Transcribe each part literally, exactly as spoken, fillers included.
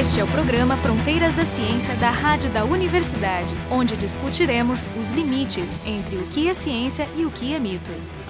Este é o programa Fronteiras da Ciência da Rádio da Universidade, onde discutiremos os limites entre o que é ciência e o que é mito.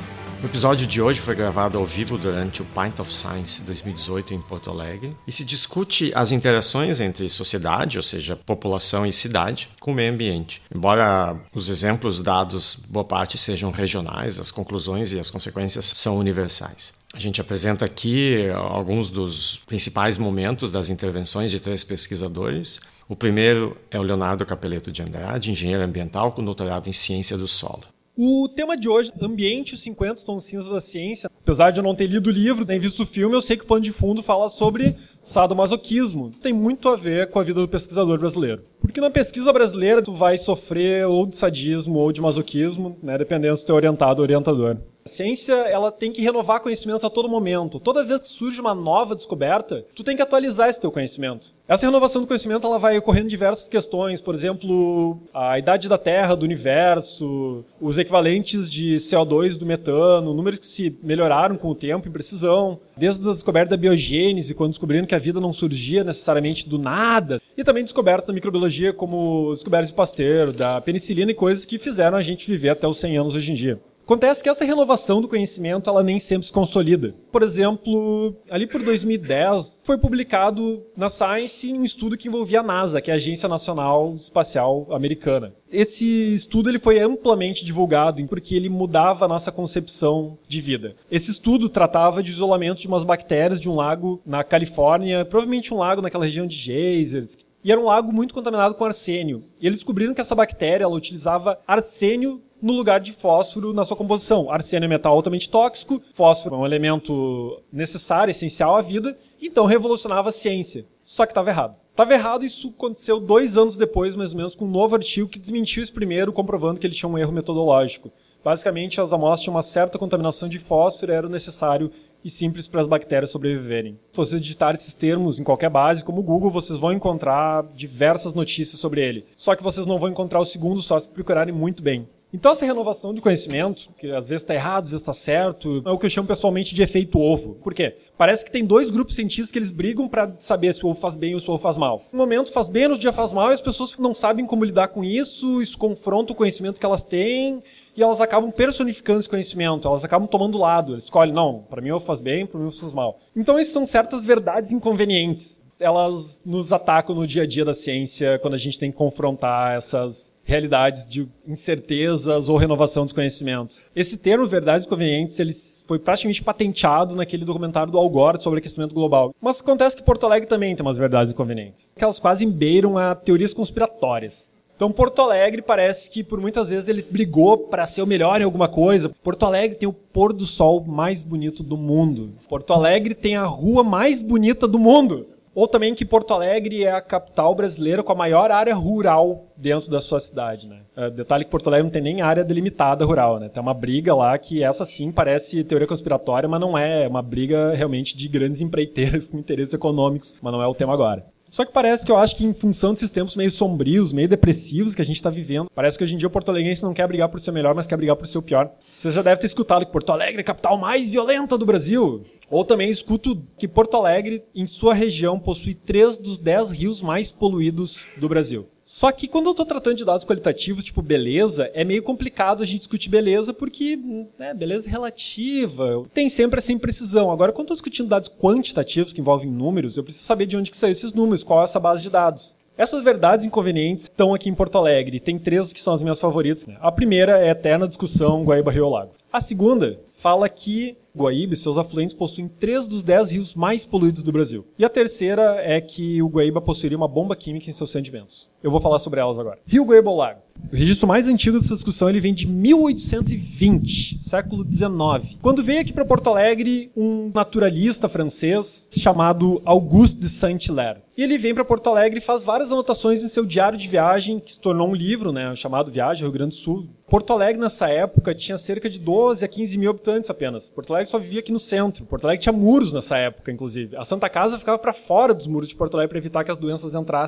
O episódio de hoje foi gravado ao vivo durante o Pint of Science dois mil e dezoito em Porto Alegre e se discute as interações entre sociedade, ou seja, população e cidade, com o meio ambiente. Embora os exemplos dados, boa parte, sejam regionais, as conclusões e as consequências são universais. A gente apresenta aqui alguns dos principais momentos das intervenções de três pesquisadores. O primeiro é o Leonardo Capelletto de Andrade, engenheiro ambiental com doutorado em ciência do solo. O tema de hoje, Ambiente e os cinquenta tons de cinza da ciência. Apesar de eu não ter lido o livro, nem visto o filme, eu sei que o pano de fundo fala sobre sadomasoquismo. Tem muito a ver com a vida do pesquisador brasileiro. Porque na pesquisa brasileira, tu vai sofrer ou de sadismo ou de masoquismo, né, dependendo se tu é orientado ou orientador. A ciência, ela tem que renovar conhecimentos a todo momento. Toda vez que surge uma nova descoberta, tu tem que atualizar esse teu conhecimento. Essa renovação do conhecimento, ela vai ocorrendo em diversas questões. Por exemplo, a idade da Terra, do universo, os equivalentes de C O dois do metano, números que se melhoraram com o tempo em precisão, desde a descoberta da biogênese, quando descobriram que a vida não surgia necessariamente do nada, e também descobertas da microbiologia, como as descobertas de Pasteur, da penicilina e coisas que fizeram a gente viver até os cem anos hoje em dia. Acontece que essa renovação do conhecimento, ela nem sempre se consolida. Por exemplo, ali por dois mil e dez, foi publicado na Science um estudo que envolvia a NASA, que é a Agência Nacional Espacial Americana. Esse estudo ele foi amplamente divulgado porque ele mudava a nossa concepção de vida. Esse estudo tratava de isolamento de umas bactérias de um lago na Califórnia, provavelmente um lago naquela região de geysers, e era um lago muito contaminado com arsênio. E eles descobriram que essa bactéria ela utilizava arsênio no lugar de fósforo na sua composição. Arsênio é metal altamente tóxico, fósforo é um elemento necessário, essencial à vida, então revolucionava a ciência. Só que estava errado. Estava errado e isso aconteceu dois anos depois, mais ou menos, com um novo artigo que desmentiu esse primeiro, comprovando que ele tinha um erro metodológico. Basicamente, as amostras tinham uma certa contaminação de fósforo e era necessário e simples para as bactérias sobreviverem. Se vocês digitarem esses termos em qualquer base, como o Google, vocês vão encontrar diversas notícias sobre ele. Só que vocês não vão encontrar o segundo só se procurarem muito bem. Então essa renovação de conhecimento, que às vezes está errado, às vezes está certo, é o que eu chamo pessoalmente de efeito ovo. Por quê? Parece que tem dois grupos cientistas que eles brigam para saber se o ovo faz bem ou se o ovo faz mal. No momento faz bem, no dia faz mal, e as pessoas não sabem como lidar com isso, isso confronta o conhecimento que elas têm, e elas acabam personificando esse conhecimento, elas acabam tomando lado, elas escolhem, não, para mim o ovo faz bem, para mim o ovo faz mal. Então essas são certas verdades inconvenientes. Elas nos atacam no dia a dia da ciência quando a gente tem que confrontar essas realidades de incertezas ou renovação dos conhecimentos. Esse termo, verdades inconvenientes, ele foi praticamente patenteado naquele documentário do Al Gore sobre aquecimento global. Mas acontece que Porto Alegre também tem umas verdades inconvenientes, que elas quase beiram a teorias conspiratórias. Então, Porto Alegre parece que, por muitas vezes, ele brigou para ser o melhor em alguma coisa. Porto Alegre tem o pôr do sol mais bonito do mundo. Porto Alegre tem a rua mais bonita do mundo. Ou também que Porto Alegre é a capital brasileira com a maior área rural dentro da sua cidade, né? É, detalhe que Porto Alegre não tem nem área delimitada rural, né? Tem uma briga lá que essa sim parece teoria conspiratória, mas não é. É uma briga realmente de grandes empreiteiras com interesses econômicos, mas não é o tema agora. Só que parece que eu acho que em função desses tempos meio sombrios, meio depressivos que a gente está vivendo, parece que hoje em dia o Porto Alegrense não quer brigar por ser melhor, mas quer brigar por ser o pior. Você já deve ter escutado que Porto Alegre é a capital mais violenta do Brasil. Ou também escuto que Porto Alegre, em sua região, possui três dos dez rios mais poluídos do Brasil. Só que quando eu estou tratando de dados qualitativos, tipo beleza, é meio complicado a gente discutir beleza porque né, beleza é relativa, tem sempre essa imprecisão. Agora, quando eu estou discutindo dados quantitativos que envolvem números, eu preciso saber de onde que saiu esses números, qual é essa base de dados. Essas verdades inconvenientes estão aqui em Porto Alegre. Tem três que são as minhas favoritas. A primeira é a eterna discussão Guaíba-Rio Lago. A segunda fala que Guaíba e seus afluentes possuem três dos dez rios mais poluídos do Brasil. E a terceira é que o Guaíba possuiria uma bomba química em seus sedimentos. Eu vou falar sobre elas agora. Rio Guaíba ou Lago. O registro mais antigo dessa discussão ele vem de mil oitocentos e vinte, século dezenove. Quando veio aqui para Porto Alegre um naturalista francês chamado Auguste de Saint-Hilaire. E ele vem para Porto Alegre e faz várias anotações em seu diário de viagem, que se tornou um livro, né, chamado Viagem ao Rio Grande do Sul. Porto Alegre, nessa época, tinha cerca de doze a quinze mil habitantes apenas. Porto Alegre só vivia aqui no centro. Porto Alegre tinha muros nessa época, inclusive. A Santa Casa ficava para fora dos muros de Porto Alegre para evitar que as doenças entrassem.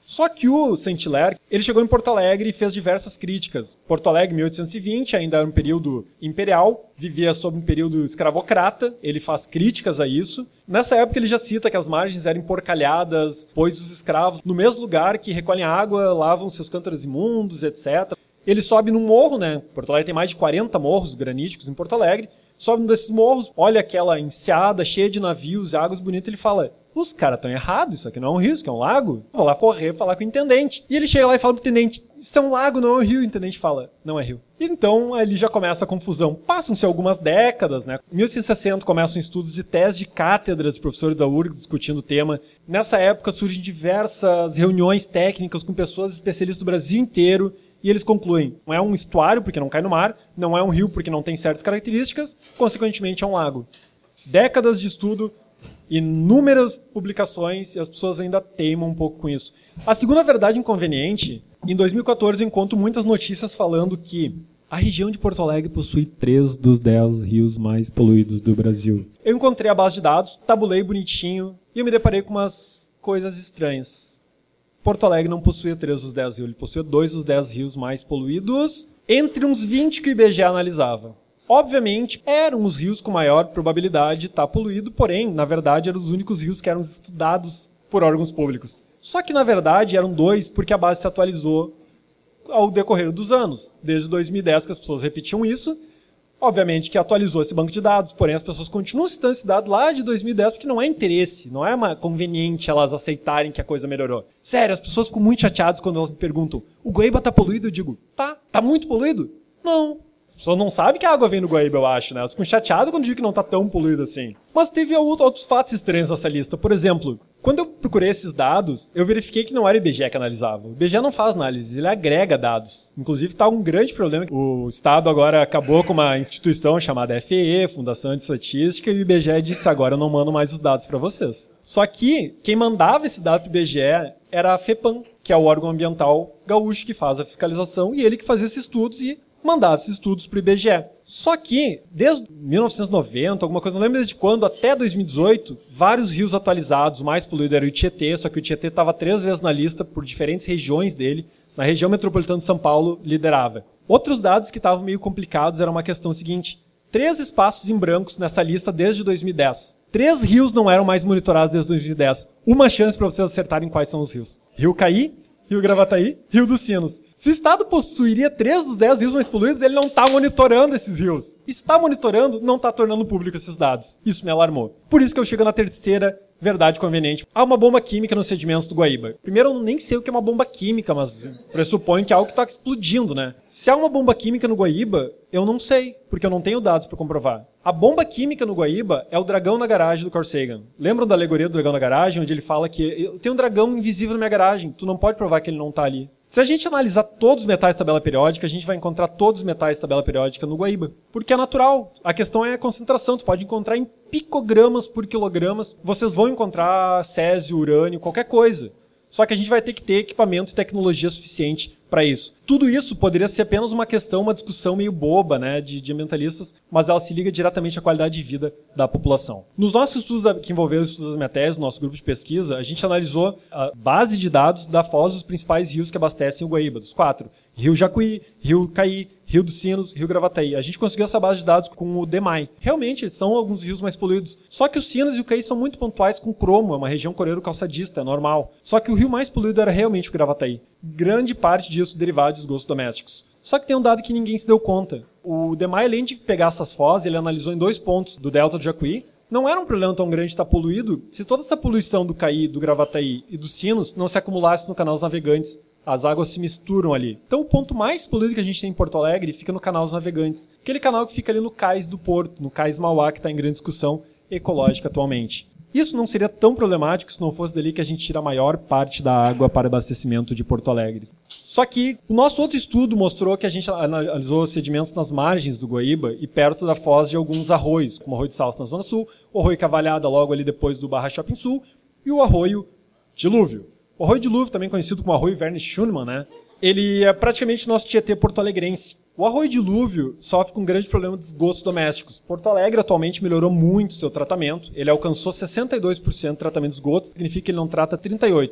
Só que o Saint-Hilaire, ele chegou em Porto Alegre e fez diversas críticas. Porto Alegre, mil oitocentos e vinte, ainda era um período imperial, vivia sob um período escravocrata, ele faz críticas a isso. Nessa época ele já cita que as margens eram emporcalhadas, pois os escravos, no mesmo lugar que recolhem água, lavam seus cântaros imundos, etcétera. Ele sobe num morro, né? Porto Alegre tem mais de quarenta morros graníticos em Porto Alegre. Sobe um desses morros, olha aquela enseada cheia de navios e águas bonitas, ele fala: os caras estão errados, isso aqui não é um rio, isso aqui é um lago. Vou lá correr, falar com o intendente. E ele chega lá e fala pro intendente: isso é um lago, não é um rio. O intendente fala: não é rio. E então ali já começa a confusão. Passam-se algumas décadas, né? Em mil oitocentos e sessenta começam estudos de tese de cátedra de professores da U R G S discutindo o tema. Nessa época surgem diversas reuniões técnicas com pessoas especialistas do Brasil inteiro. E eles concluem: não é um estuário porque não cai no mar, não é um rio porque não tem certas características, consequentemente é um lago. Décadas de estudo, inúmeras publicações, e as pessoas ainda teimam um pouco com isso. A segunda verdade inconveniente, em dois mil e quatorze eu encontro muitas notícias falando que a região de Porto Alegre possui três dos dez rios mais poluídos do Brasil. Eu encontrei a base de dados, tabulei bonitinho, e eu me deparei com umas coisas estranhas. Porto Alegre não possuía três dos dez rios, ele possuía dois dos dez rios mais poluídos, entre uns vinte que o I B G E analisava. Obviamente, eram os rios com maior probabilidade de estar poluído, porém, na verdade, eram os únicos rios que eram estudados por órgãos públicos. Só que, na verdade, eram dois porque a base se atualizou ao decorrer dos anos. Desde dois mil e dez que as pessoas repetiam isso. Obviamente que atualizou esse banco de dados, porém as pessoas continuam citando esse dado lá de dois mil e dez porque não é interesse, não é uma conveniente elas aceitarem que a coisa melhorou. Sério, as pessoas ficam muito chateadas quando elas me perguntam: o Guaíba tá poluído? Eu digo: tá. Tá muito poluído? Não. As pessoas não sabem que a água vem do Guaíba, eu acho, né? Elas ficam chateadas quando digo que não tá tão poluído assim. Mas teve outros fatos estranhos nessa lista. Por exemplo, quando eu procurei esses dados, eu verifiquei que não era o I B G E que analisava. O I B G E não faz análise, ele agrega dados. Inclusive, está um grande problema. O Estado agora acabou com uma instituição chamada F E E, Fundação de Estatística, e o I B G E disse: agora eu não mando mais os dados para vocês. Só que quem mandava esse dado para o I B G E era a FEPAM, que é o órgão ambiental gaúcho que faz a fiscalização, e ele que fazia esses estudos e mandava esses estudos para o I B G E. Só que, desde mil novecentos e noventa, alguma coisa, não lembro desde quando, até dois mil e dezoito, vários rios atualizados, o mais poluído era o Tietê, só que o Tietê estava três vezes na lista por diferentes regiões dele. Na região metropolitana de São Paulo, liderava. Outros dados que estavam meio complicados era uma questão seguinte: três espaços em brancos nessa lista desde dois mil e dez. Três rios não eram mais monitorados desde dois mil e dez. Uma chance para vocês acertarem quais são os rios. Rio Caí, Rio Gravataí, Rio dos Sinos. Se o Estado possuiria três dos dez rios mais poluídos, ele não está monitorando esses rios. E se está monitorando, não está tornando público esses dados. Isso me alarmou. Por isso que eu chego na terceira verdade conveniente. Há uma bomba química nos sedimentos do Guaíba. Primeiro, eu nem sei o que é uma bomba química, mas pressuponho que é algo que está explodindo, né? Se há uma bomba química no Guaíba, eu não sei, porque eu não tenho dados para comprovar. A bomba química no Guaíba é o dragão na garagem do Carl Sagan. Lembram da alegoria do dragão na garagem, onde ele fala que tem um dragão invisível na minha garagem, tu não pode provar que ele não está ali. Se a gente analisar todos os metais da tabela periódica, a gente vai encontrar todos os metais da tabela periódica no Guaíba. Porque é natural. A questão é a concentração. Tu pode encontrar em picogramas por quilogramas. Vocês vão encontrar césio, urânio, qualquer coisa. Só que a gente vai ter que ter equipamento e tecnologia suficiente para isso. Tudo isso poderia ser apenas uma questão, uma discussão meio boba, né, de, de ambientalistas, mas ela se liga diretamente à qualidade de vida da população. Nos nossos estudos da, que envolveram os estudos da minha tese, no nosso grupo de pesquisa, a gente analisou a base de dados da foz dos principais rios que abastecem o Guaíba, dos quatro. Rio Jacuí, Rio Caí, Rio dos Sinos, Rio Gravataí. A gente conseguiu essa base de dados com o DEMAI. Realmente, eles são alguns rios mais poluídos. Só que os Sinos e o Caí são muito pontuais com cromo, é uma região coreiro-calçadista, é normal. Só que o rio mais poluído era realmente o Gravataí. Grande parte disso derivado de esgotos domésticos. Só que tem um dado que ninguém se deu conta. O DEMAI, além de pegar essas fozes, ele analisou em dois pontos do delta do Jacuí. Não era um problema tão grande estar poluído se toda essa poluição do Caí, do Gravataí e dos Sinos não se acumulasse no canal dos navegantes. As águas se misturam ali. Então o ponto mais poluído que a gente tem em Porto Alegre fica no canal dos navegantes. Aquele canal que fica ali no cais do Porto, no cais Mauá, que está em grande discussão ecológica atualmente. Isso não seria tão problemático se não fosse dali que a gente tira a maior parte da água para abastecimento de Porto Alegre. Só que o nosso outro estudo mostrou que a gente analisou sedimentos nas margens do Guaíba e perto da foz de alguns arroios, como o Arroio de Salso na Zona Sul, o Arroio Cavalhada logo ali depois do Barra Shopping Sul e o Arroio Dilúvio. O Arroio Dilúvio, também conhecido como Arroio Verne Schunemann, né? Ele é praticamente nosso Tietê porto-alegrense. O Arroio Dilúvio sofre com um grande problema de esgotos domésticos. Porto Alegre atualmente melhorou muito seu tratamento. Ele alcançou sessenta e dois por cento de tratamento de esgotos, significa que ele não trata trinta e oito por cento.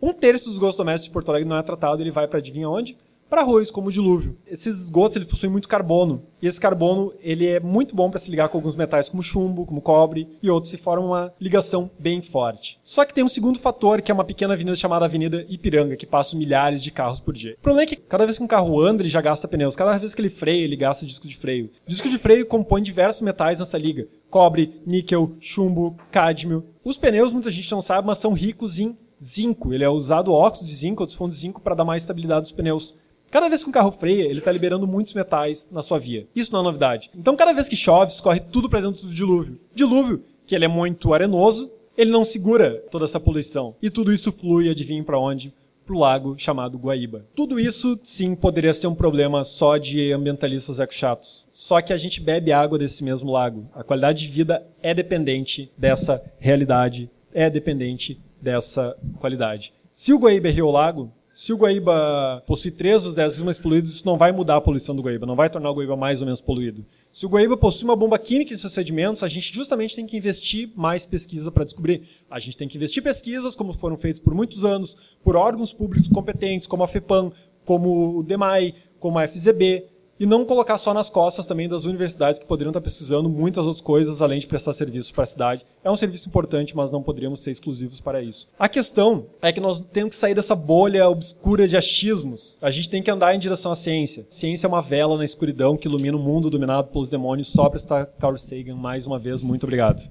Um terço dos esgotos domésticos de Porto Alegre não é tratado, ele vai para adivinha onde? Para arroz, como o dilúvio. Esses esgotos eles possuem muito carbono, e esse carbono ele é muito bom para se ligar com alguns metais como chumbo, como cobre, e outros se formam uma ligação bem forte. Só que tem um segundo fator, que é uma pequena avenida chamada Avenida Ipiranga, que passa milhares de carros por dia. O problema é que cada vez que um carro anda, ele já gasta pneus. Cada vez que ele freia, ele gasta disco de freio. O disco de freio compõe diversos metais nessa liga. Cobre, níquel, chumbo, cádmio. Os pneus, muita gente não sabe, mas são ricos em zinco. Ele é usado óxido de zinco, outros fundos de zinco, para dar mais estabilidade aos pneus. Cada vez que um carro freia, ele está liberando muitos metais na sua via. Isso não é novidade. Então, cada vez que chove, escorre tudo para dentro do dilúvio. Dilúvio, que ele é muito arenoso, ele não segura toda essa poluição. E tudo isso flui, adivinha para onde? Para o lago chamado Guaíba. Tudo isso, sim, poderia ser um problema só de ambientalistas eco-chatos. Só que a gente bebe água desse mesmo lago. A qualidade de vida é dependente dessa realidade, é dependente dessa qualidade. Se o Guaíba é rio ou lago, se o Guaíba possui três dos dez rios mais poluídos, isso não vai mudar a poluição do Guaíba, não vai tornar o Guaíba mais ou menos poluído. Se o Guaíba possui uma bomba química em seus sedimentos, a gente justamente tem que investir mais pesquisa para descobrir. A gente tem que investir pesquisas, como foram feitas por muitos anos, por órgãos públicos competentes, como a FEPAM, como o DEMAI, como a F Z B, e não colocar só nas costas também das universidades que poderiam estar pesquisando muitas outras coisas, além de prestar serviço para a cidade. É um serviço importante, mas não poderíamos ser exclusivos para isso. A questão é que nós temos que sair dessa bolha obscura de achismos. A gente tem que andar em direção à ciência. Ciência é uma vela na escuridão que ilumina o mundo dominado pelos demônios. Só para estar Carl Sagan mais uma vez. Muito obrigado.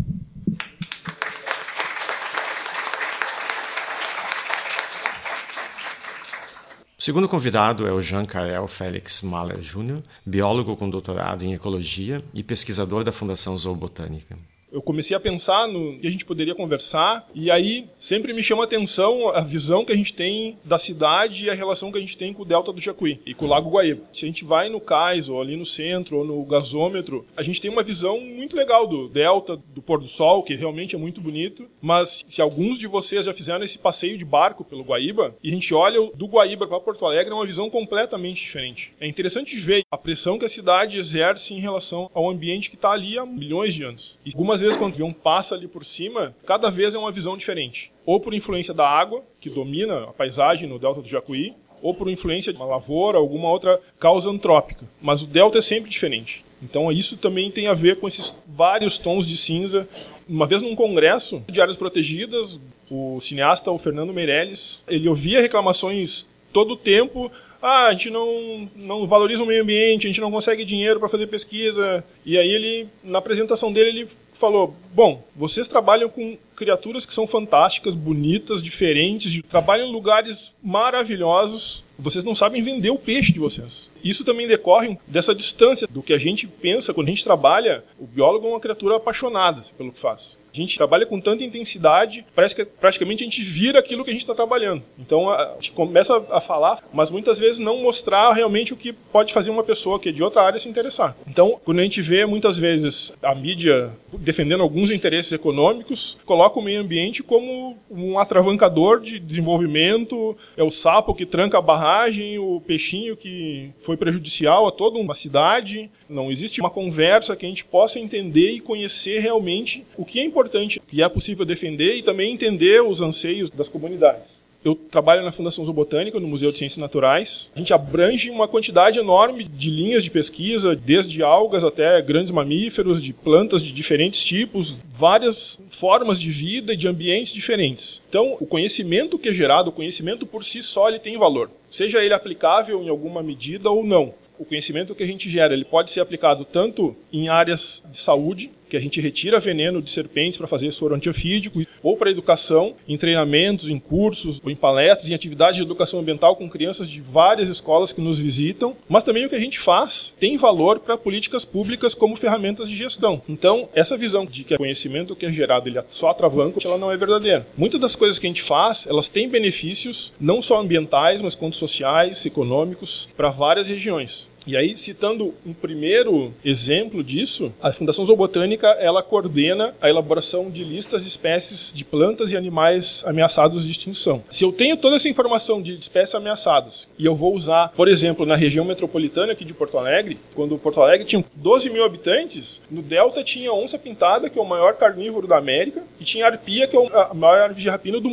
O segundo convidado é o Jean-Karel Félix Mahler Júnior, biólogo com doutorado em ecologia e pesquisador da Fundação Zoobotânica. Eu comecei a pensar no que a gente poderia conversar e aí sempre me chama a atenção a visão que a gente tem da cidade e a relação que a gente tem com o Delta do Jacuí e com o Lago Guaíba. Se a gente vai no cais ou ali no centro ou no gasômetro, a gente tem uma visão muito legal do Delta, do pôr do sol, que realmente é muito bonito, mas se alguns de vocês já fizeram esse passeio de barco pelo Guaíba e a gente olha do Guaíba para Porto Alegre, é uma visão completamente diferente. É interessante ver a pressão que a cidade exerce em relação ao ambiente que está ali há milhões de anos. E algumas vezes, quando o avião passa ali por cima, cada vez é uma visão diferente. Ou por influência da água, que domina a paisagem no Delta do Jacuí, ou por influência de uma lavoura, alguma outra causa antrópica. Mas o Delta é sempre diferente. Então isso também tem a ver com esses vários tons de cinza. Uma vez num congresso de áreas protegidas, o cineasta o Fernando Meirelles, ele ouvia reclamações todo o tempo. Ah, a gente não, não valoriza o meio ambiente, a gente não consegue dinheiro para fazer pesquisa. E aí ele, na apresentação dele, ele falou, bom, vocês trabalham com criaturas que são fantásticas, bonitas, diferentes, trabalham em lugares maravilhosos, vocês não sabem vender o peixe de vocês. Isso também decorre dessa distância do que a gente pensa quando a gente trabalha. O biólogo é uma criatura apaixonada pelo que faz. A gente trabalha com tanta intensidade, parece que praticamente a gente vira aquilo que a gente está trabalhando. Então a gente começa a falar, mas muitas vezes não mostrar realmente o que pode fazer uma pessoa que é de outra área se interessar. Então, quando a gente vê muitas vezes a mídia defendendo alguns interesses econômicos, coloca o meio ambiente como um atravancador de desenvolvimento, é o sapo que tranca a barragem, o peixinho que foi prejudicial a toda uma cidade. Não existe uma conversa que a gente possa entender e conhecer realmente o que é importante, o que é possível defender e também entender os anseios das comunidades. Eu trabalho na Fundação Zoobotânica, no Museu de Ciências Naturais. A gente abrange uma quantidade enorme de linhas de pesquisa, desde algas até grandes mamíferos, de plantas de diferentes tipos, várias formas de vida e de ambientes diferentes. Então, o conhecimento que é gerado, o conhecimento por si só, ele tem valor. Seja ele aplicável em alguma medida ou não. O conhecimento que a gente gera, ele pode ser aplicado tanto em áreas de saúde, que a gente retira veneno de serpentes para fazer soro antiofídico, ou para educação, em treinamentos, em cursos, ou em palestras, em atividades de educação ambiental com crianças de várias escolas que nos visitam, mas também o que a gente faz tem valor para políticas públicas como ferramentas de gestão. Então, essa visão de que o conhecimento que é gerado ele só atravanca, ela não é verdadeira. Muitas das coisas que a gente faz, elas têm benefícios, não só ambientais, mas quanto sociais, econômicos, para várias regiões. E aí, citando um primeiro exemplo disso, a Fundação Zoobotânica, ela coordena a elaboração de listas de espécies de plantas e animais ameaçados de extinção. Se eu tenho toda essa informação de espécies ameaçadas e eu vou usar, por exemplo, na região metropolitana aqui de Porto Alegre, quando Porto Alegre tinha doze mil habitantes, no Delta tinha onça-pintada, que é o maior carnívoro da América, e tinha arpia, que é a maior ave de rapina do mundo.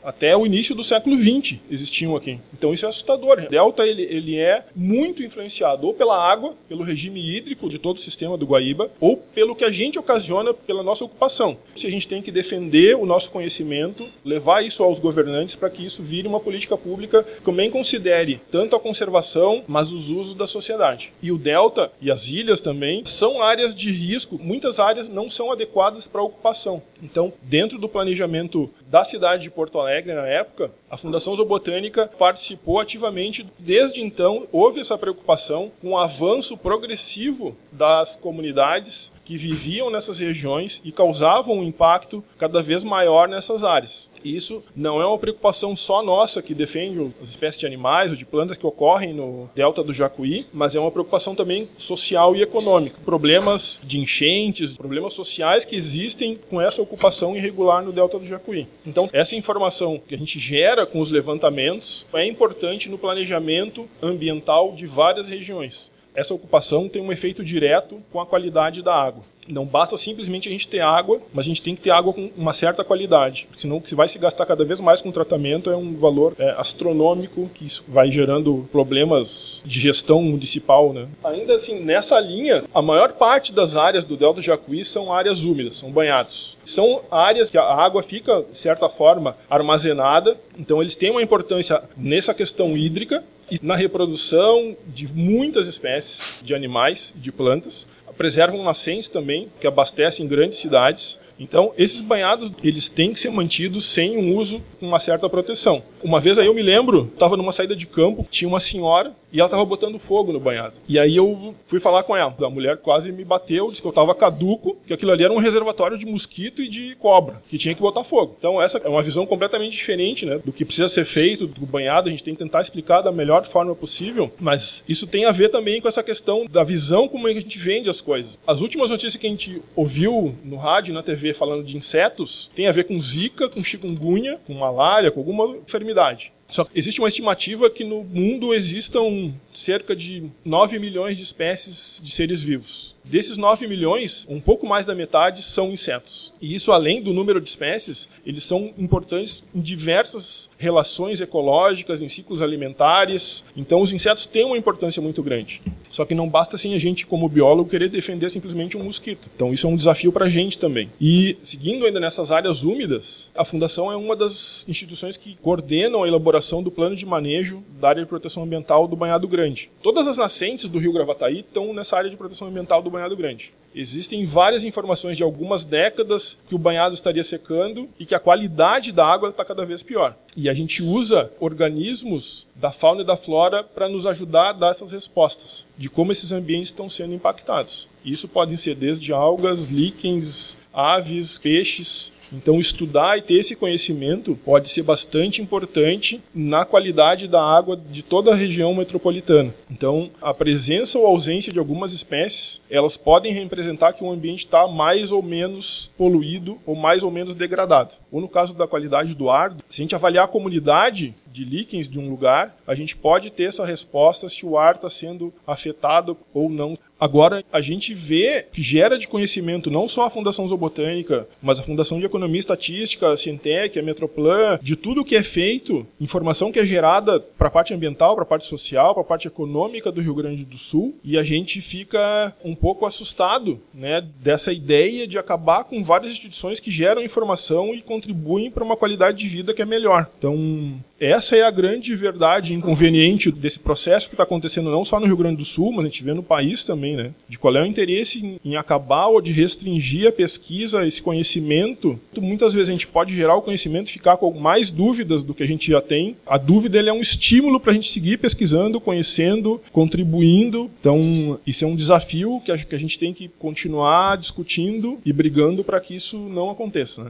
Até o início do século vinte existiam aqui. Então isso é assustador. O delta ele, ele é muito influenciado ou pela água, pelo regime hídrico de todo o sistema do Guaíba, ou pelo que a gente ocasiona pela nossa ocupação. Se a gente tem que defender o nosso conhecimento, levar isso aos governantes para que isso vire uma política pública que também considere tanto a conservação, mas os usos da sociedade. E o delta e as ilhas também são áreas de risco. Muitas áreas não são adequadas para a ocupação. Então, dentro do planejamento da cidade de Porto Alegre, na época, a Fundação Zoobotânica participou ativamente. Desde então, houve essa preocupação com o avanço progressivo das comunidades que viviam nessas regiões e causavam um impacto cada vez maior nessas áreas. E isso não é uma preocupação só nossa que defende as espécies de animais ou de plantas que ocorrem no delta do Jacuí, mas é uma preocupação também social e econômica. Problemas de enchentes, problemas sociais que existem com essa ocupação irregular no delta do Jacuí. Então, essa informação que a gente gera com os levantamentos é importante no planejamento ambiental de várias regiões. Essa ocupação tem um efeito direto com a qualidade da água. Não basta simplesmente a gente ter água, mas a gente tem que ter água com uma certa qualidade. Senão, se vai se gastar cada vez mais com tratamento, é um valor é, astronômico, que isso vai gerando problemas de gestão municipal, né? Ainda assim, nessa linha, a maior parte das áreas do Delta do Jacuí são áreas úmidas, são banhados. São áreas que a água fica, de certa forma, armazenada, então eles têm uma importância nessa questão hídrica e na reprodução de muitas espécies de animais e de plantas. Preservam nascentes também, que abastecem grandes cidades. Então, esses banhados, eles têm que ser mantidos sem um uso com uma certa proteção. Uma vez aí eu me lembro, estava numa saída de campo, tinha uma senhora e ela estava botando fogo no banhado. E aí eu fui falar com ela. A mulher quase me bateu, disse que eu estava caduco, que aquilo ali era um reservatório de mosquito e de cobra, que tinha que botar fogo. Então essa é uma visão completamente diferente, né, do que precisa ser feito do banhado. A gente tem que tentar explicar da melhor forma possível, mas isso tem a ver também com essa questão da visão como a gente vende as coisas. As últimas notícias que a gente ouviu no rádio e na T V falando de insetos tem a ver com zika, com chikungunya, com malária, com alguma enfermidade. Só que existe uma estimativa que no mundo existam cerca de nove milhões de espécies de seres vivos. Desses nove milhões, um pouco mais da metade são insetos. E isso, além do número de espécies, eles são importantes em diversas relações ecológicas, em ciclos alimentares. Então, os insetos têm uma importância muito grande. Só que não basta assim a gente, como biólogo, querer defender simplesmente um mosquito. Então, isso é um desafio para a gente também. E, seguindo ainda nessas áreas úmidas, a Fundação é uma das instituições que coordenam a elaboração do plano de manejo da área de proteção ambiental do Banhado Grande. Todas as nascentes do Rio Gravataí estão nessa área de proteção ambiental do Banhado Grande. Existem várias informações de algumas décadas que o banhado estaria secando e que a qualidade da água está cada vez pior. E a gente usa organismos da fauna e da flora para nos ajudar a dar essas respostas de como esses ambientes estão sendo impactados. Isso podem ser desde algas, líquens, aves, peixes. Então, estudar e ter esse conhecimento pode ser bastante importante na qualidade da água de toda a região metropolitana. Então, a presença ou ausência de algumas espécies, elas podem representar que o ambiente está mais ou menos poluído ou mais ou menos degradado. Ou no caso da qualidade do ar, se a gente avaliar a comunidade de líquens de um lugar, a gente pode ter essa resposta se o ar está sendo afetado ou não. Agora, a gente vê que gera de conhecimento não só a Fundação Zoobotânica, mas a Fundação de Economia e Estatística, a Cientec, a Metroplan, de tudo que é feito, informação que é gerada para a parte ambiental, para a parte social, para a parte econômica do Rio Grande do Sul, e a gente fica um pouco assustado, né, dessa ideia de acabar com várias instituições que geram informação e contribuem para uma qualidade de vida que é melhor. Então, essa é a grande verdade inconveniente desse processo que está acontecendo não só no Rio Grande do Sul, mas a gente vê no país também, né? De qual é o interesse em, em acabar ou de restringir a pesquisa, esse conhecimento. Muitas vezes a gente pode gerar o conhecimento e ficar com mais dúvidas do que a gente já tem. A dúvida ele é um estímulo para a gente seguir pesquisando, conhecendo, contribuindo. Então, isso é um desafio que a, que a gente tem que continuar discutindo e brigando para que isso não aconteça, né?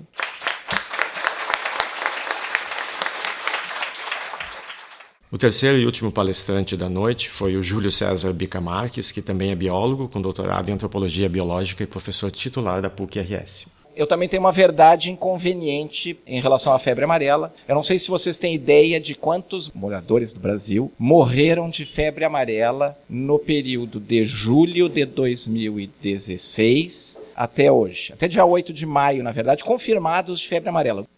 O terceiro e último palestrante da noite foi o Júlio César Bica Marques, que também é biólogo, com doutorado em antropologia biológica e professor titular da P U C R S. Eu também tenho uma verdade inconveniente em relação à febre amarela. Eu não sei se vocês têm ideia de quantos moradores do Brasil morreram de febre amarela no período de julho de dois mil e dezesseis até hoje. Até dia oito de maio, na verdade, confirmados de febre amarela.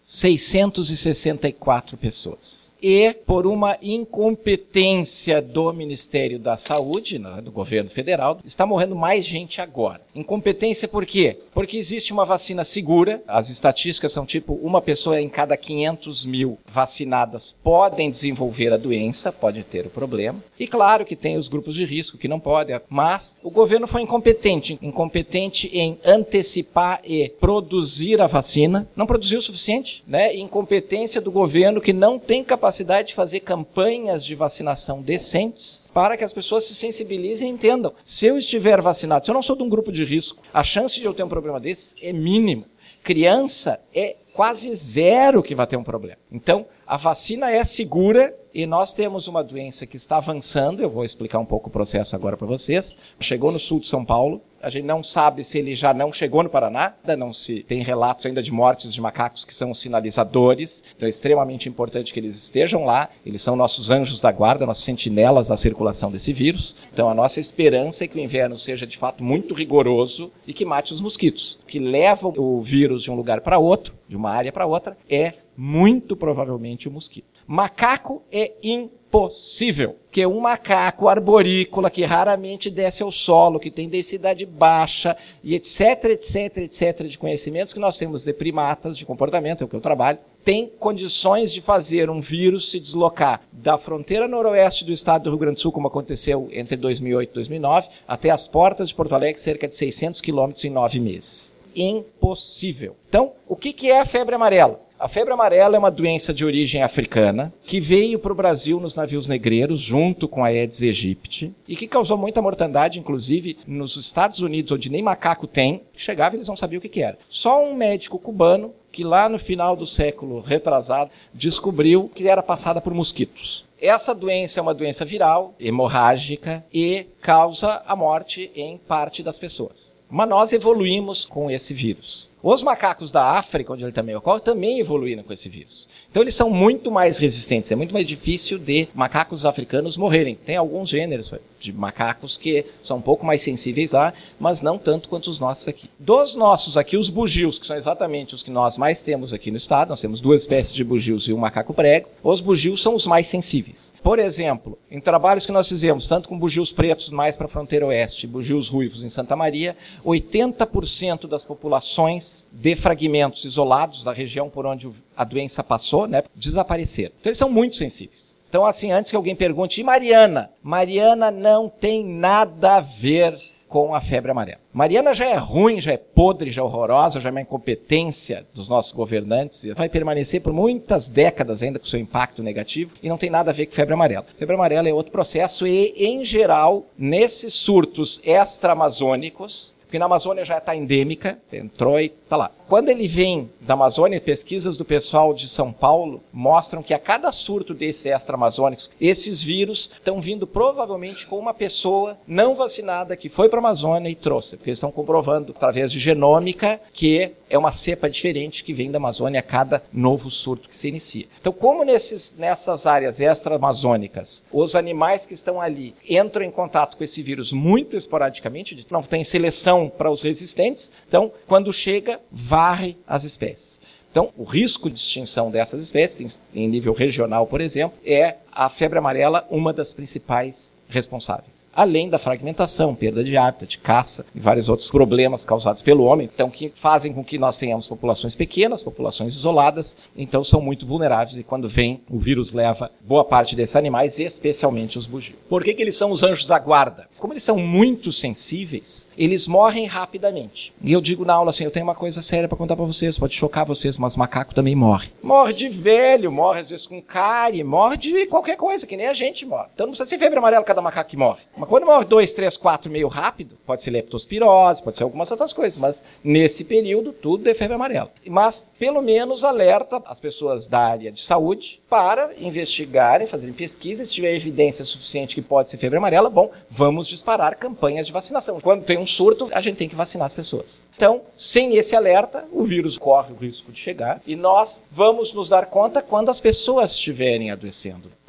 seiscentas e sessenta e quatro pessoas. E por uma incompetência do Ministério da Saúde, né, do governo federal, está morrendo mais gente agora. Incompetência por quê? Porque existe uma vacina segura, as estatísticas são tipo uma pessoa em cada quinhentos mil vacinadas podem desenvolver a doença, pode ter o problema. E claro que tem os grupos de risco que não podem, mas o governo foi incompetente, incompetente em antecipar e produzir a vacina, não produziu o suficiente, né? Incompetência do governo que não tem capacidade de fazer campanhas de vacinação decentes para que as pessoas se sensibilizem e entendam. Se eu estiver vacinado, se eu não sou de um grupo de risco, a chance de eu ter um problema desse é mínima. Criança é quase zero que vai ter um problema. Então, a vacina é segura e nós temos uma doença que está avançando. Eu vou explicar um pouco o processo agora para vocês. Chegou no sul de São Paulo. A gente não sabe se ele já não chegou no Paraná. Não se tem relatos ainda de mortes de macacos que são sinalizadores. Então é extremamente importante que eles estejam lá. Eles são nossos anjos da guarda, nossos sentinelas da circulação desse vírus. Então a nossa esperança é que o inverno seja de fato muito rigoroso e que mate os mosquitos. Que levam o vírus de um lugar para outro, de uma área para outra, é muito provavelmente o mosquito. Macaco é impossível, que um macaco arborícola que raramente desce ao solo, que tem densidade baixa e etc, etc, etc de conhecimentos que nós temos de primatas, de comportamento, é o que eu trabalho, tem condições de fazer um vírus se deslocar da fronteira noroeste do estado do Rio Grande do Sul, como aconteceu entre dois mil e oito e dois mil e nove, até as portas de Porto Alegre, cerca de seiscentos quilômetros em nove meses. Impossível. Então, o que que é a febre amarela? A febre amarela é uma doença de origem africana que veio para o Brasil nos navios negreiros junto com a Aedes aegypti e que causou muita mortandade, inclusive nos Estados Unidos, onde nem macaco tem. Chegava e eles não sabiam o que que era. Só um médico cubano que lá no final do século retrasado descobriu que era passada por mosquitos. Essa doença é uma doença viral, hemorrágica e causa a morte em parte das pessoas. Mas nós evoluímos com esse vírus. Os macacos da África, onde ele também ocorre, também evoluíram com esse vírus. Então eles são muito mais resistentes, é muito mais difícil de macacos africanos morrerem. Tem alguns gêneros de macacos que são um pouco mais sensíveis lá, mas não tanto quanto os nossos aqui. Dos nossos aqui, os bugios, que são exatamente os que nós mais temos aqui no estado, nós temos duas espécies de bugios e um macaco prego, os bugios são os mais sensíveis. Por exemplo, em trabalhos que nós fizemos, tanto com bugios pretos mais para a fronteira oeste, bugios ruivos em Santa Maria, oitenta por cento das populações de fragmentos isolados da região por onde a doença passou, né, desapareceram. Então eles são muito sensíveis. Então, assim, antes que alguém pergunte, e Mariana? Mariana não tem nada a ver com a febre amarela. Mariana já é ruim, já é podre, já é horrorosa, já é uma incompetência dos nossos governantes e vai permanecer por muitas décadas ainda com seu impacto negativo e não tem nada a ver com febre amarela. Febre amarela é outro processo e, em geral, nesses surtos extra-amazônicos, porque na Amazônia já está endêmica, entrou e está lá. Quando ele vem da Amazônia, pesquisas do pessoal de São Paulo mostram que a cada surto desses extra-amazônicos, esses vírus estão vindo provavelmente com uma pessoa não vacinada que foi para a Amazônia e trouxe, porque eles estão comprovando através de genômica que é uma cepa diferente que vem da Amazônia a cada novo surto que se inicia. Então, como nesses, nessas áreas extra-amazônicas, os animais que estão ali entram em contato com esse vírus muito esporadicamente, não tem seleção para os resistentes, então, quando chega, varre as espécies. Então, o risco de extinção dessas espécies, em nível regional, por exemplo, é a febre amarela uma das principais responsáveis. Além da fragmentação, perda de hábitat, caça e vários outros problemas causados pelo homem, então que fazem com que nós tenhamos populações pequenas, populações isoladas, então são muito vulneráveis e quando vem o vírus leva boa parte desses animais, especialmente os bugios. Por que que eles são os anjos da guarda? Como eles são muito sensíveis, eles morrem rapidamente. E eu digo na aula assim, eu tenho uma coisa séria para contar para vocês, pode chocar vocês, mas macaco também morre. Morre de velho, morre às vezes com cárie, morre de qualquer coisa, que nem a gente morre. Então não precisa ser febre amarela cada macaco que morre. Mas quando morre dois, três, quatro meio rápido, pode ser leptospirose, pode ser algumas outras coisas, mas nesse período tudo é febre amarela. Mas pelo menos alerta as pessoas da área de saúde para investigarem, fazerem pesquisas, se tiver evidência suficiente que pode ser febre amarela, bom, vamos disparar campanhas de vacinação. Quando tem um surto, a gente tem que vacinar as pessoas. Então, sem esse alerta, o vírus corre o risco de chegar e nós vamos nos dar conta quando as pessoas estiverem adoecendo.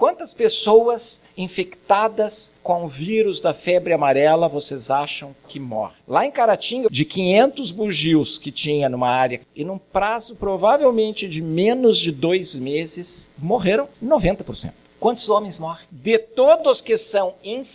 Quantas pessoas infectadas com o vírus da febre amarela vocês acham que morrem? Lá em Caratinga, de quinhentos bugios que tinha numa área, e num prazo provavelmente de menos de dois meses, morreram noventa por cento. Quantos homens morrem? De todos que são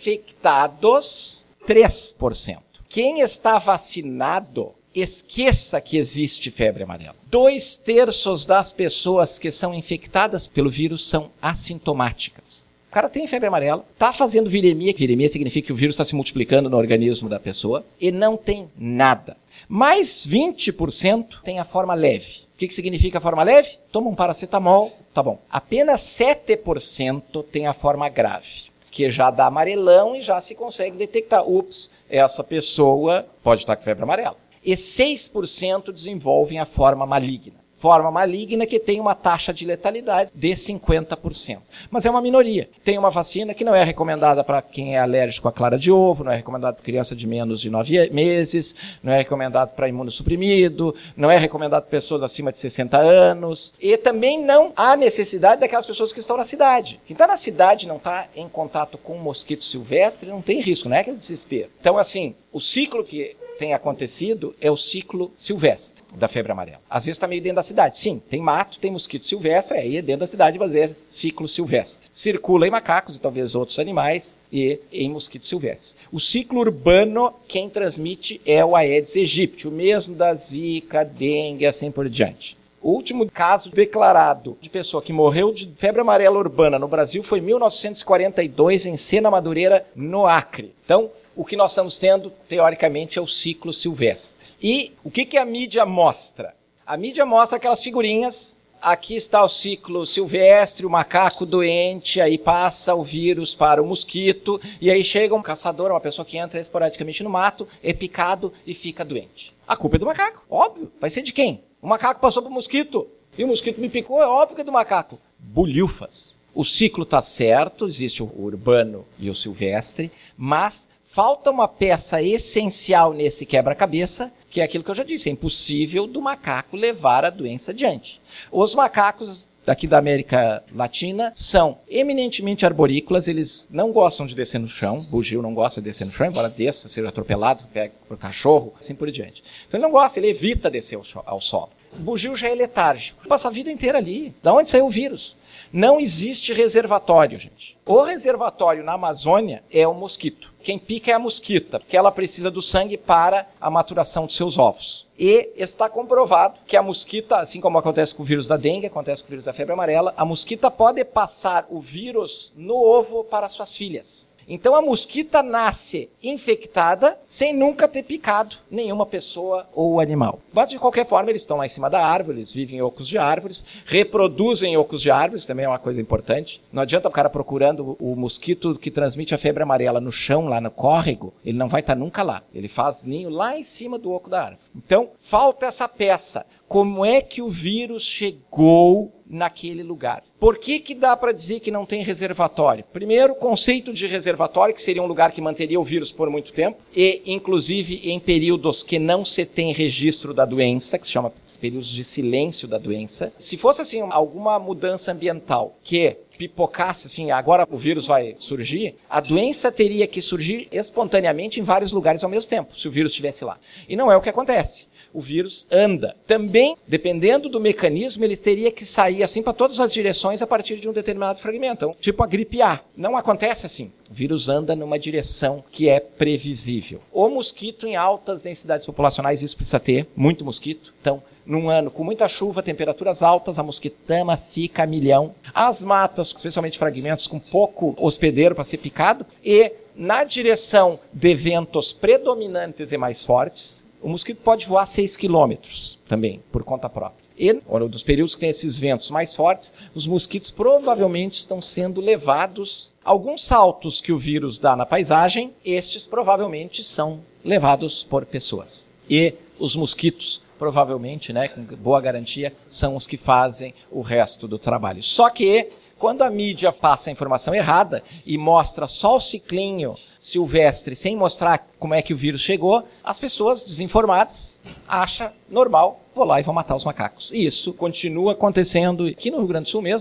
infectados, três por cento. Quem está vacinado, esqueça que existe febre amarela. Dois terços das pessoas que são infectadas pelo vírus são assintomáticas. O cara tem febre amarela, está fazendo viremia, viremia significa que o vírus está se multiplicando no organismo da pessoa, e não tem nada. Mais vinte por cento tem a forma leve. O que, que significa a forma leve? Toma um paracetamol, tá bom. Apenas sete por cento tem a forma grave, que já dá amarelão e já se consegue detectar. Ups, essa pessoa pode estar com febre amarela. E seis por cento desenvolvem a forma maligna. Forma maligna que tem uma taxa de letalidade de cinquenta por cento. Mas é uma minoria. Tem uma vacina que não é recomendada para quem é alérgico à clara de ovo, não é recomendada para criança de menos de nove meses, não é recomendado para imunossuprimido, não é recomendado para pessoas acima de sessenta anos. E também não há necessidade daquelas pessoas que estão na cidade. Quem está na cidade e não está em contato com um mosquito silvestre não tem risco, não é aquele desespero. Então, assim, o ciclo que tem acontecido é o ciclo silvestre da febre amarela. Às vezes está meio dentro da cidade. Sim, tem mato, tem mosquito silvestre, aí é dentro da cidade, mas é ciclo silvestre. Circula em macacos e talvez outros animais e em mosquitos silvestres. O ciclo urbano, quem transmite é o Aedes aegypti, o mesmo da zika, dengue, assim por diante. O último caso declarado de pessoa que morreu de febre amarela urbana no Brasil foi em mil novecentos e quarenta e dois, em Sena Madureira, no Acre. Então, o que nós estamos tendo, teoricamente, é o ciclo silvestre. E o que, que a mídia mostra? A mídia mostra aquelas figurinhas. Aqui está o ciclo silvestre, o macaco doente, aí passa o vírus para o mosquito, e aí chega um caçador, uma pessoa que entra esporadicamente no mato, é picado e fica doente. A culpa é do macaco, óbvio. Vai ser de quem? O macaco passou para o mosquito, e o mosquito me picou, é óbvio que é do macaco. Bulhufas. O ciclo está certo, existe o urbano e o silvestre, mas falta uma peça essencial nesse quebra-cabeça, que é aquilo que eu já disse, é impossível do macaco levar a doença adiante. Os macacos daqui da América Latina são eminentemente arborícolas, eles não gostam de descer no chão, bugio não gosta de descer no chão, embora desça, seja atropelado, pega por cachorro, assim por diante. Então ele não gosta, ele evita descer ao solo. O bugio já é letárgico, passa a vida inteira ali. Da onde saiu o vírus? Não existe reservatório, gente. O reservatório na Amazônia é o mosquito. Quem pica é a mosquita, porque ela precisa do sangue para a maturação dos seus ovos. E está comprovado que a mosquita, assim como acontece com o vírus da dengue, acontece com o vírus da febre amarela, a mosquita pode passar o vírus no ovo para suas filhas. Então a mosquita nasce infectada sem nunca ter picado nenhuma pessoa ou animal. Mas de qualquer forma eles estão lá em cima da árvore, eles vivem em ocos de árvores, reproduzem em ocos de árvores, também é uma coisa importante. Não adianta o cara procurando o mosquito que transmite a febre amarela no chão, lá no córrego, ele não vai estar nunca lá. Ele faz ninho lá em cima do oco da árvore. Então falta essa peça. Como é que o vírus chegou naquele lugar? Por que que dá para dizer que não tem reservatório? Primeiro, o conceito de reservatório, que seria um lugar que manteria o vírus por muito tempo, e inclusive em períodos que não se tem registro da doença, que se chama períodos de silêncio da doença. Se fosse assim alguma mudança ambiental que pipocasse assim, agora o vírus vai surgir, a doença teria que surgir espontaneamente em vários lugares ao mesmo tempo, se o vírus estivesse lá. E não é o que acontece. O vírus anda. Também, dependendo do mecanismo, ele teria que sair assim para todas as direções a partir de um determinado fragmento. Então, tipo a gripe A. Não acontece assim. O vírus anda numa direção que é previsível. O mosquito em altas densidades populacionais, isso precisa ter muito mosquito. Então, num ano com muita chuva, temperaturas altas, a mosquitama fica a milhão. As matas, especialmente fragmentos com pouco hospedeiro para ser picado. E na direção de ventos predominantes e mais fortes, o mosquito pode voar seis quilômetros também, por conta própria. E, no dos períodos que tem esses ventos mais fortes, os mosquitos provavelmente estão sendo levados. Alguns saltos que o vírus dá na paisagem, estes provavelmente são levados por pessoas. E os mosquitos, provavelmente, né, com boa garantia, são os que fazem o resto do trabalho. Só que, quando a mídia passa a informação errada e mostra só o ciclinho silvestre sem mostrar como é que o vírus chegou, as pessoas desinformadas acham normal, vou lá e vou matar os macacos. E isso continua acontecendo aqui no Rio Grande do Sul mesmo, gente.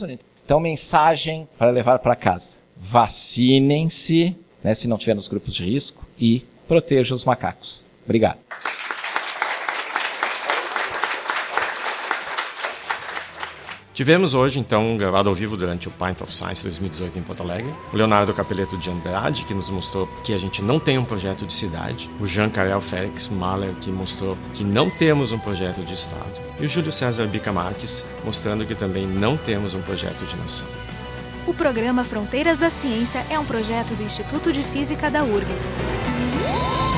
Então, mensagem para levar para casa. Vacinem-se, né, se não estiver nos grupos de risco, e protejam os macacos. Obrigado. Tivemos hoje, então, gravado ao vivo durante o Pint of Science dois mil e dezoito em Porto Alegre, o Leonardo Capeleto de Andrade, que nos mostrou que a gente não tem um projeto de cidade, o Jean Karel Félix Mahler, que mostrou que não temos um projeto de Estado, e o Júlio César Bica Marques, mostrando que também não temos um projeto de nação. O programa Fronteiras da Ciência é um projeto do Instituto de Física da U R G S.